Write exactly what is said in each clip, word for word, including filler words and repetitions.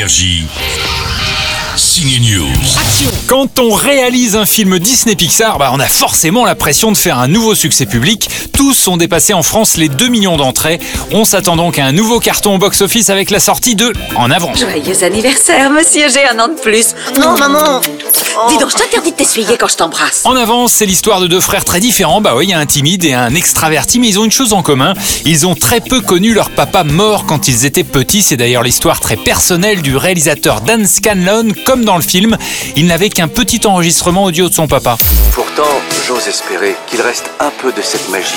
Énergie. Ciné News. Quand on réalise un film Disney Pixar, bah on a forcément la pression de faire un nouveau succès public. Tous ont dépassé en France les deux millions d'entrées. On s'attend donc à un nouveau carton au box-office avec la sortie de En Avant. Joyeux anniversaire, monsieur, j'ai un an de plus. Non, maman. Dis donc, je t'interdis de t'essuyer quand je t'embrasse. En Avant, c'est l'histoire de deux frères très différents. Bah oui, il y a un timide et un extraverti, mais ils ont une chose en commun. Ils ont très peu connu leur papa mort quand ils étaient petits. C'est d'ailleurs l'histoire très personnelle du réalisateur Dan Scanlon. Comme dans le film, il n'avait qu'un petit enregistrement audio de son papa. Pourtant, j'ose espérer qu'il reste un peu de cette magie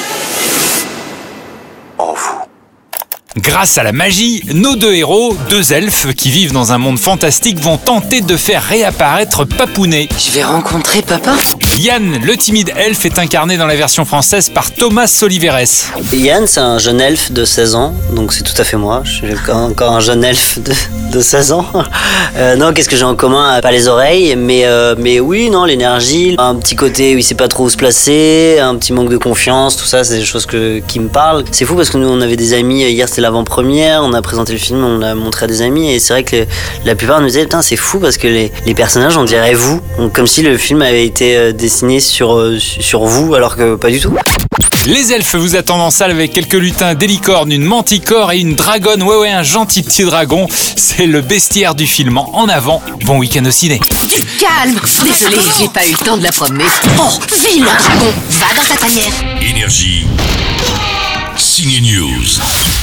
en vous. Grâce à la magie, nos deux héros, deux elfes qui vivent dans un monde fantastique, vont tenter de faire réapparaître Papounet. Je vais rencontrer papa. Yann, le timide elfe, est incarné dans la version française par Thomas Oliveres. Yann, c'est un jeune elfe de seize ans, donc c'est tout à fait moi. Je suis encore un jeune elfe de, de seize ans. Euh, non, qu'est-ce que j'ai en commun? Pas les oreilles, mais, euh, mais oui, non, l'énergie, un petit côté où il sait pas trop où se placer, un petit manque de confiance, tout ça, c'est des choses que, qui me parlent. C'est fou parce que nous, on avait des amis, hier c'était l'avant-première, on a présenté le film, on l'a montré à des amis, et c'est vrai que le, la plupart nous disaient, putain, c'est fou parce que les, les personnages, on dirait vous, donc, comme si le film avait été euh, dessiné sur, euh, sur vous, alors que pas du tout. Les elfes vous attendent en salle avec quelques lutins, des licornes, une manticore et une dragonne. Ouais, ouais, un gentil petit dragon. C'est le bestiaire du film En Avant. Bon week-end au ciné. Du calme. Désolé, j'ai pas eu le temps de la promener. Oh, vilain dragon, va dans ta tanière. Énergie. Ciné News.